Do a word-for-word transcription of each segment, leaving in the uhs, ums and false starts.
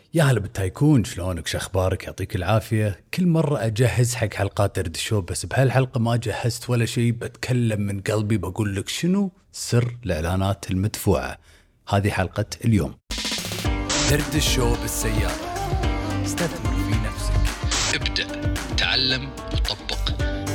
يا هلا بالتايكون، شلونك؟ شخبارك؟ يعطيك العافية. كل مرة أجهز حق حلقات درد الشو، بس بهالحلقة ما جهزت ولا شيء. بتكلم من قلبي، بقول لك شنو سر الإعلانات المدفوعة. هذه حلقة اليوم. درد الشو بالسيارة. استثمر في نفسك، ابدأ، تعلم وطبق.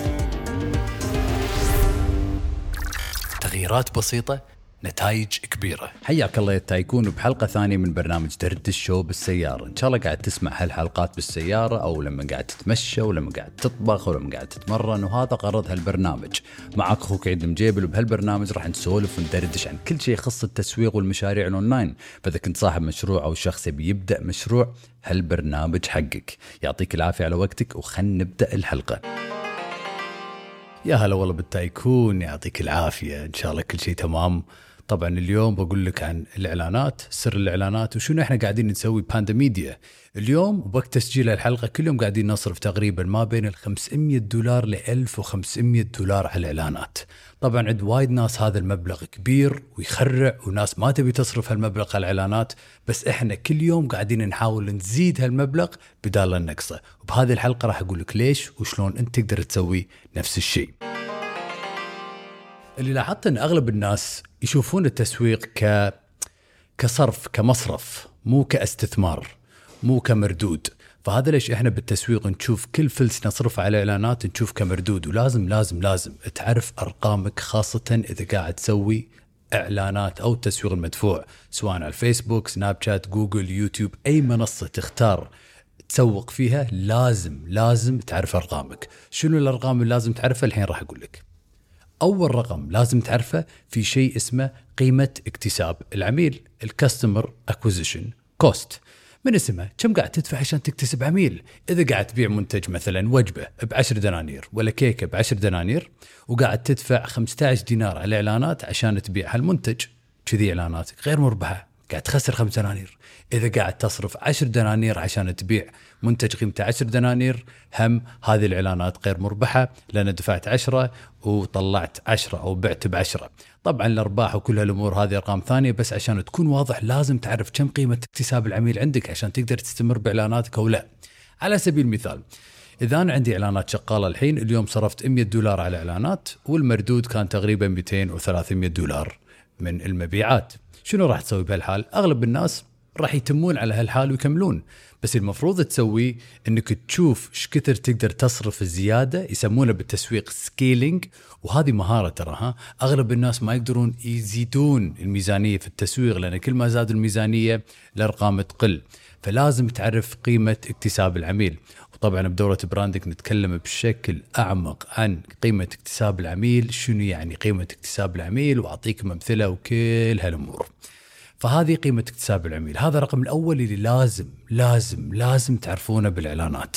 تغييرات بسيطة، نتائج كبيرة. حياك الله يا تايكون بحلقة ثانية من برنامج درد الشو بالسيارة. إن شاء الله قاعد تسمع هالحلقات بالسيارة، أو لما قاعد تتمشى، أو لما قاعد تطبخ، أو لما قاعد تتمرن، وهذا غرض هالبرنامج. معك أخوك عيد المجيبل، وبهالبرنامج راح نسولف وندردش عن كل شيء يخص التسويق والمشاريع الأونلاين. فإذا كنت صاحب مشروع أو شخص بيبدأ مشروع، هالبرنامج حقك. يعطيك العافية على وقتك، وخلنا نبدأ الحلقة. يا هلا والله بالتايكون، يعطيك العافية. إن شاء الله كل شيء تمام. طبعا اليوم بقول لك عن الإعلانات، سر الإعلانات، وشنو إحنا قاعدين نسوي باندا ميديا. اليوم وقت تسجيل الحلقة كل يوم قاعدين نصرف تقريبا ما بين الخمسمية دولار لألف وخمسمية دولار على الإعلانات. طبعا عند وايد ناس هذا المبلغ كبير ويخرع، وناس ما تبي تصرف هالمبلغ على الإعلانات، بس إحنا كل يوم قاعدين نحاول نزيد هالمبلغ بدال النقصة. وبهذه الحلقة راح أقول لك ليش وشلون أنت تقدر تسوي نفس الشيء. اللي لاحظت أن أغلب الناس يشوفون التسويق ك... كصرف، كمصرف، مو كاستثمار، مو كمردود. فهذا ليش إحنا بالتسويق نشوف كل فلس نصرف على إعلانات نشوف كمردود. ولازم لازم لازم تعرف أرقامك، خاصة إذا قاعد تسوي إعلانات أو تسويق المدفوع، سواء على الفيسبوك، سناب شات، جوجل، يوتيوب، أي منصة تختار تسوق فيها. لازم لازم تعرف أرقامك. شنو الأرقام اللي لازم تعرفها؟ الحين راح أقول لك. أول رقم لازم تعرفه في شيء اسمه قيمة اكتساب العميل، الكاستمر اكوزيشن كوست. من اسمه، كم قاعد تدفع عشان تكتسب عميل؟ إذا قاعد تبيع منتج مثلا وجبة بعشر دنانير ولا كيكة بعشر دنانير، وقاعد تدفع خمسة عشر دينار على إعلانات عشان تبيع هالمنتج، كذي إعلاناتك غير مربحة، قاعد تخسر خمس دنانير. إذا قاعد تصرف عشر دنانير عشان تبيع منتج قيمته عشر دنانير، هم هذه الإعلانات غير مربحة، لأن دفعت عشرة وطلعت عشرة أو بعت بعشرة. طبعا الأرباح وكل هالأمور هذه أرقام ثانية، بس عشان تكون واضح لازم تعرف كم قيمة اكتساب العميل عندك عشان تقدر تستمر بإعلاناتك أو لا. على سبيل المثال، إذا أنا عندي إعلانات شغالة الحين، اليوم صرفت مية دولار على إعلانات، والمردود كان تقريبا مئتين وثلاثمية دولار من المبيعات. شنو راح تسوي بهالحال؟ أغلب الناس راح يتمون على هالحال ويكملون، بس المفروض تسوي انك تشوف ايش كثر تقدر تصرف زيادة، يسمونه بالتسويق سكيلينج. وهذه مهارة تراها. اغلب الناس ما يقدرون يزيدون الميزانية في التسويق، لان كل ما زاد الميزانية الارقام تقل. فلازم تعرف قيمة اكتساب العميل. وطبعا بدورة براندك نتكلم بشكل اعمق عن قيمة اكتساب العميل، شنو يعني قيمة اكتساب العميل، واعطيكم امثلة وكل هالامور. فهذه قيمة اكتساب العميل. هذا الرقم الأول اللي لازم لازم لازم تعرفونه بالإعلانات.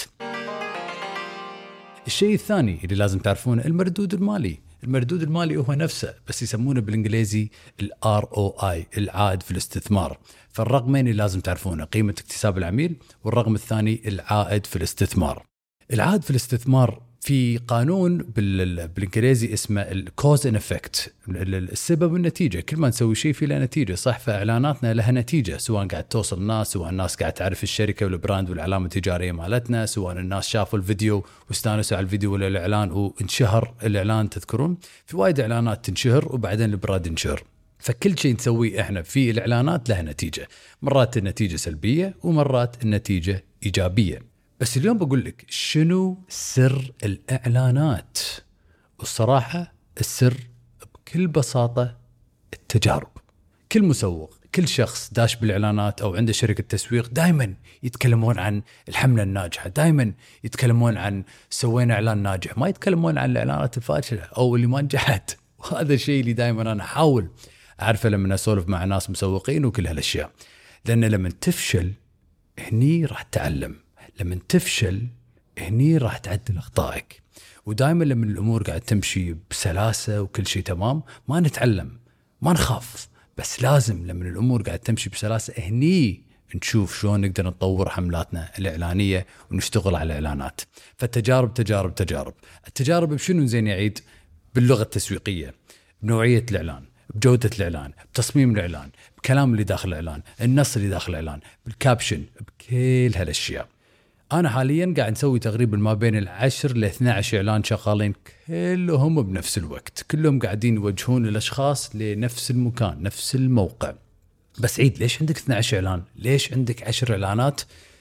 الشيء الثاني اللي لازم تعرفونه المردود المالي. المردود المالي هو نفسه، بس يسمونه بالإنجليزي ال آر أو آي، العائد في الاستثمار. فالرقمين اللي لازم تعرفونه قيمة اكتساب العميل، والرقم الثاني العائد في الاستثمار. العائد في الاستثمار في قانون بالإنجليزي اسمه الكوز ان افكت، السبب والنتيجة. كل ما نسوي شيء فيه له نتيجة، صح؟ فإعلاناتنا لها نتيجة، سواء قاعد توصل الناس، سواء الناس قاعد تعرف الشركة والبراند والعلامة التجارية مالتنا، سواء الناس شافوا الفيديو واستانسوا على الفيديو ولا الإعلان وانشهر الإعلان. تذكرون في وايد إعلانات تنشهر وبعدين البراند ينشهر. فكل شيء نسويه إحنا في الإعلانات له نتيجة، مرات النتيجة سلبية ومرات النتيجة إيجابية. بس اليوم بقول لك شنو سر الإعلانات. والصراحة السر بكل بساطة التجارب. كل مسوق، كل شخص داش بالإعلانات أو عنده شركة تسويق، دايما يتكلمون عن الحملة الناجحة، دايما يتكلمون عن سوينا إعلان ناجح، ما يتكلمون عن الإعلانات الفاشلة أو اللي ما نجحت. وهذا الشيء اللي دايما أنا أحاول أعرفه لما أسولف مع ناس مسوقين وكل هالأشياء. لأن لما تفشل هني راح تتعلم، لما تفشل هني راح تعدل أخطائك. ودائما لما الأمور قاعد تمشي بسلاسة وكل شيء تمام ما نتعلم، ما نخاف. بس لازم لما الأمور قاعد تمشي بسلاسة هني نشوف شلون نقدر نطور حملاتنا الإعلانية ونشتغل على الإعلانات. فالتجارب تجارب تجارب التجارب بشنو زين يعيد؟ باللغة التسويقية، بنوعية الإعلان، بجودة الإعلان، بتصميم الإعلان، بكلام اللي داخل الإعلان، النص اللي داخل الإعلان، بالكابشن، كل هالاشياء. انا حاليا قاعد نسوي تقريبا ما بين العشر لاثنى عشر اعلان شغالين كلهم بنفس الوقت، كلهم قاعدين يوجهون الاشخاص لنفس المكان نفس الموقع. بس عيد، ليش عندك اثنى عشر اعلان؟ ليش عندك عشر اعلانات؟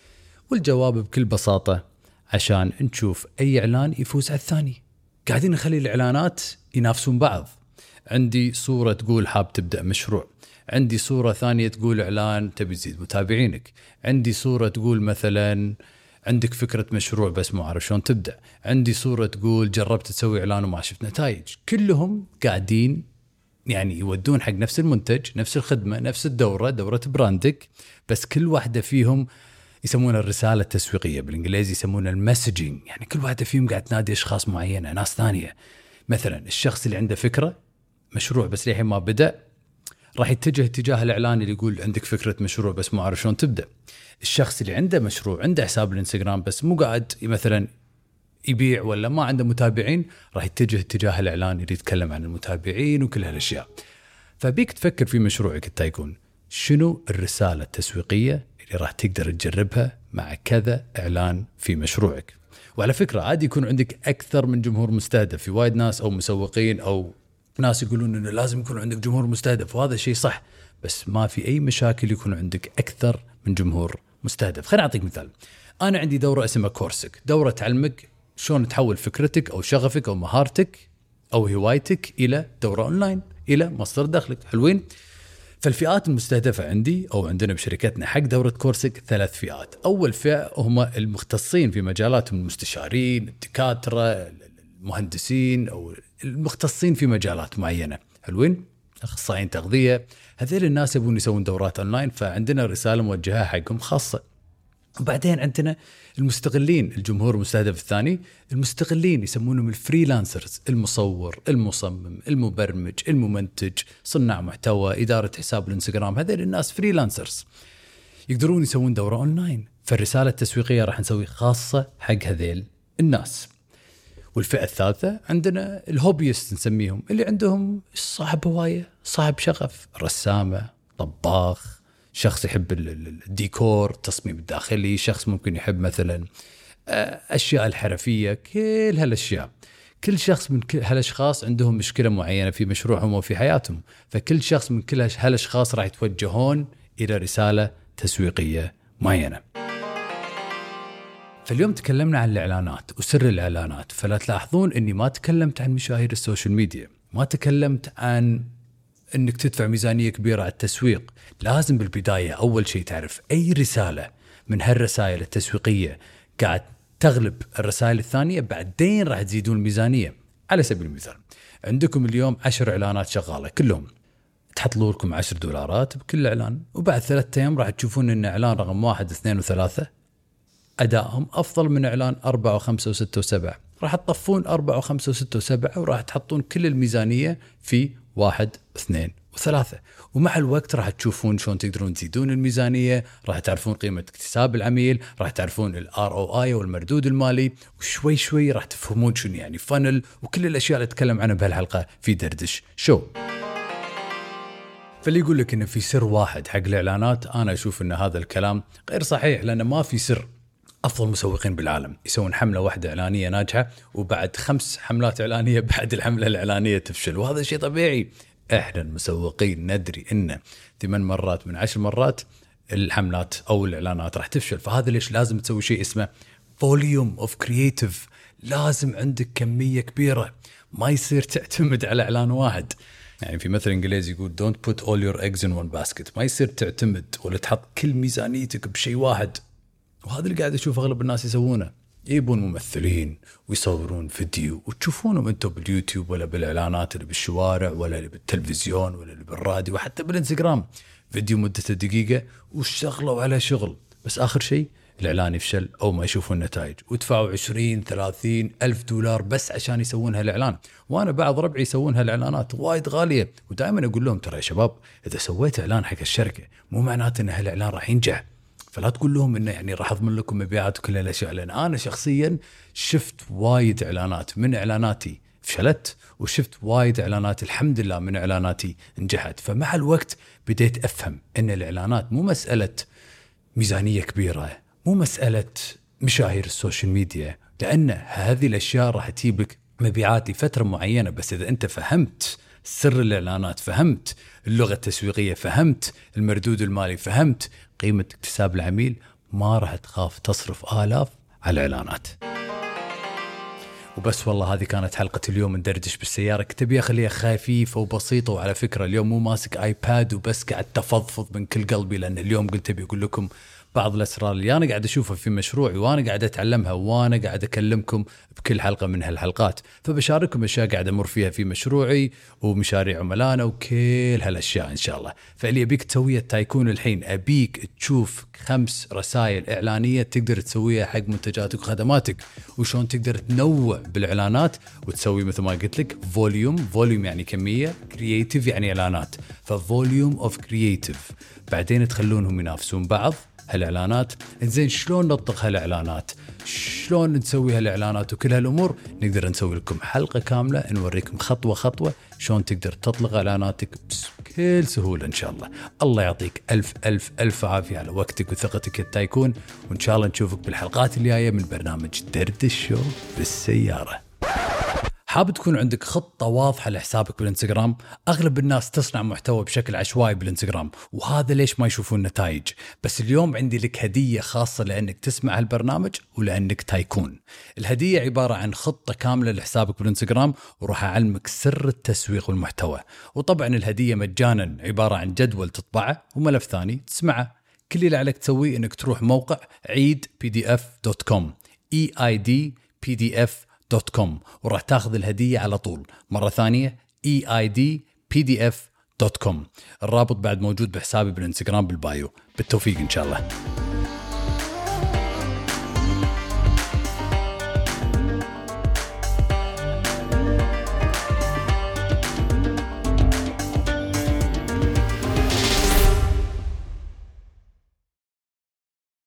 والجواب بكل بساطة عشان نشوف اي اعلان يفوز على الثاني. قاعدين نخلي الاعلانات ينافسون بعض. عندي صورة تقول حاب تبدأ مشروع، عندي صورة ثانية تقول إعلان تبي تزيد متابعينك، عندي صورة تقول مثلا عندك فكرة مشروع بس مو عارف شلون تبدأ، عندي صورة تقول جربت تسوي إعلان وما شفت نتائج. كلهم قاعدين يعني يودون حق نفس المنتج، نفس الخدمة، نفس الدورة، دورة براندك، بس كل واحدة فيهم يسمونها الرسالة التسويقية، بالإنجليزي يسمونها المسجing. يعني كل واحدة فيهم قاعد تنادي أشخاص معينة، ناس ثانية. مثلا الشخص اللي عنده فكرة مشروع بس للحين ما بدأ راح يتجه اتجاه الإعلان اللي يقول عندك فكرة مشروع بس مو عارف شلون تبدأ. الشخص اللي عنده مشروع عنده حساب الانستغرام بس مو قاعد مثلا يبيع ولا ما عنده متابعين راح يتجه اتجاه الإعلان اللي يتكلم عن المتابعين وكل هالأشياء. فبيك تفكر في مشروعك التا يكون شنو الرسالة التسويقية اللي راح تقدر تجربها مع كذا إعلان في مشروعك. وعلى فكرة عادي يكون عندك أكثر من جمهور مستهدف، في وايد ناس أو مسوقين أو ناس يقولون إنه لازم يكون عندك جمهور مستهدف، وهذا شيء صح، بس ما في أي مشاكل يكون عندك أكثر من جمهور مستهدف. خليني أعطيك مثال. أنا عندي دورة اسمها كورسك، دورة تعلمك شلون تحول فكرتك أو شغفك أو مهارتك أو هوايتك إلى دورة أونلاين، إلى مصدر دخلك. حلوين؟ فالفئات المستهدفة عندي أو عندنا بشركتنا حق دورة كورسك ثلاث فئات. أول فئة هم المختصين في مجالاتهم، المستشارين، الدكاترة، المهندسين أو المختصين في مجالات معينة. حلوين؟ أخصائيين تغذية. هذول الناس يبون يسوون دورات أونلاين، فعندنا رسالة موجهة حقهم خاصة. وبعدين عندنا المستغلين، الجمهور المستهدف الثاني، المستغلين يسمونهم الفريلانسرز، المصور، المصمم، المبرمج، الممنتج، صناع محتوى، إدارة حساب الانستغرام. هذول الناس فريلانسرز يقدرون يسوون دورة أونلاين، فالرسالة التسويقية راح نسوي خاصة حق هذيل الناس. والفئة الثالثة عندنا الهوبيست نسميهم، اللي عندهم صاحب هواية، صاحب شغف، رسامة، طباخ، شخص يحب الديكور، التصميم الداخلي، شخص ممكن يحب مثلا أشياء الحرفية، كل هالأشياء. كل شخص من كل هالأشخاص عندهم مشكلة معينة في مشروعهم وفي حياتهم، فكل شخص من كل هالأشخاص راح يتوجهون إلى رسالة تسويقية معينة. فاليوم تكلمنا عن الإعلانات وسر الإعلانات، فلا تلاحظون أني ما تكلمت عن مشاهير السوشيال ميديا، ما تكلمت عن أنك تدفع ميزانية كبيرة على التسويق. لازم بالبداية أول شيء تعرف أي رسالة من هالرسائل التسويقية قاعد تغلب الرسائل الثانية، بعدين راح تزيدون الميزانية. على سبيل المثال عندكم اليوم عشر إعلانات شغالة كلهم، تحط لكم عشر دولارات بكل إعلان، وبعد ثلاثة أيام راح تشوفون أن إعلان رقم واحد اثنين وثلاثة أدائهم أفضل من إعلان أربعة وخمسة وستة وسبعة. راح تطفون أربعة وخمسة وستة وسبعة وراح تحطون كل الميزانية في واحد واثنين وثلاثة. ومع الوقت راح تشوفون شلون تقدرون تزيدون الميزانية، راح تعرفون قيمة اكتساب العميل، راح تعرفون ال آر أو آي والمردود المالي، وشوي شوي راح تفهمون شنو يعني فانل وكل الأشياء اللي أتكلم عنها بهالحلقة في دردش شو. فاللي يقول لك إن في سر واحد حق الإعلانات، أنا أشوف إن هذا الكلام غير صحيح، لأن ما في سر. أفضل مسوقين بالعالم يسوون حملة واحدة إعلانية ناجحة، وبعد خمس حملات إعلانية بعد الحملة الإعلانية تفشل، وهذا شيء طبيعي. إحنا المسوقين ندري إن ثمان مرات من عشر مرات الحملات أو الإعلانات راح تفشل. فهذا ليش لازم تسوي شيء اسمه volume of creative. لازم عندك كمية كبيرة، ما يصير تعتمد على إعلان واحد. يعني في مثل إنجليزي يقول don't put all your eggs in one basket. ما يصير تعتمد ولا تحط كل ميزانيتك بشيء واحد. وهذا اللي قاعد أشوف أغلب الناس يسوونه، يبون ممثلين ويصورون فيديو وتشوفونهم أنتم باليوتيوب ولا بالإعلانات اللي بالشوارع ولا اللي بالتلفزيون ولا اللي بالراديو وحتى بالإنستغرام، فيديو مدته دقيقة وشغلوا على شغل، بس آخر شيء الإعلان يفشل أو ما يشوفون النتائج، ودفعوا عشرين ثلاثين ألف دولار بس عشان يسوون هالإعلان. وأنا بعض ربعي يسوون هالإعلانات وايد غالية، ودائما أقول لهم ترى يا شباب إذا سويت إعلان حق الشركة مو معناته أن هالإعلان راح ينجح، فلا تقول لهم إنه يعني راح أضمن لكم مبيعات وكل هالأشياء. لأن أنا شخصيا شفت وايد إعلانات من إعلاناتي فشلت، وشفت وايد إعلانات الحمد لله من إعلاناتي نجحت. فمع الوقت بديت أفهم إن الإعلانات مو مسألة ميزانية كبيرة، مو مسألة مشاهير السوشيال ميديا، لأن هذه الأشياء راح تجيبك مبيعات لفترة معينة. بس إذا أنت فهمت سر الإعلانات، فهمت اللغة التسويقية، فهمت المردود المالي، فهمت قيمة اكتساب العميل، ما راح تخاف تصرف آلاف على الإعلانات. وبس والله هذه كانت حلقة اليوم. ندردش بالسيارة، كتبي أخليها خفيفة وبسيطة. وعلى فكرة اليوم مو ماسك آيباد وبس، قاعد تفضفض من كل قلبي، لأن اليوم قلت أبي أقول لكم بعض الأسرار اللي أنا قاعد أشوفها في مشروعي، وأنا قاعد أتعلمها، وأنا قاعد أكلمكم بكل حلقة من هالحلقات. فبشارككم أشياء قاعد أمر فيها في مشروعي ومشاريع عملانا وكل هالأشياء إن شاء الله. فاللي أبيك تسويه تايكون الحين، أبيك تشوف خمس رسائل إعلانية تقدر تسويها حق منتجاتك وخدماتك، وشون تقدر تنوع بالإعلانات وتسوي مثل ما قلت لك فوليوم. فوليوم يعني كمية، كرياتيف يعني إعلانات، ففوليوم أوف كرياتيف. بعدين تخلونهم ينافسون بعض هالإعلانات. إنزين شلون نطبق هالإعلانات، شلون نسوي هالإعلانات وكل هالأمور، نقدر نسوي لكم حلقة كاملة نوريكم خطوة خطوة شلون تقدر تطلق إعلاناتك بكل سهولة إن شاء الله. الله يعطيك ألف ألف ألف عافية على وقتك وثقتك التايكون، وإن شاء الله نشوفك بالحلقات اللي جاية من برنامج دردش شو بالسيارة. حاب تكون عندك خطة واضحة لحسابك بالإنستغرام؟ أغلب الناس تصنع محتوى بشكل عشوائي بالإنستغرام، وهذا ليش ما يشوفون نتائج. بس اليوم عندي لك هدية خاصة لأنك تسمع هالبرنامج ولأنك تايكون. الهدية عبارة عن خطة كاملة لحسابك بالإنستغرام، وراح أعلمك سر التسويق والمحتوى. وطبعا الهدية مجانا، عبارة عن جدول تطبعه وملف ثاني تسمعه. كل اللي عليك تسويه إنك تروح موقع عيد بي دي إف دوت كوم إي آي دي بي دي إف دوت كوم وراح تاخذ الهدية على طول. مرة ثانية إي آي دي بي دي إف دوت كوم. الرابط بعد موجود بحسابي بالإنستغرام بالبايو. بالتوفيق إن شاء الله.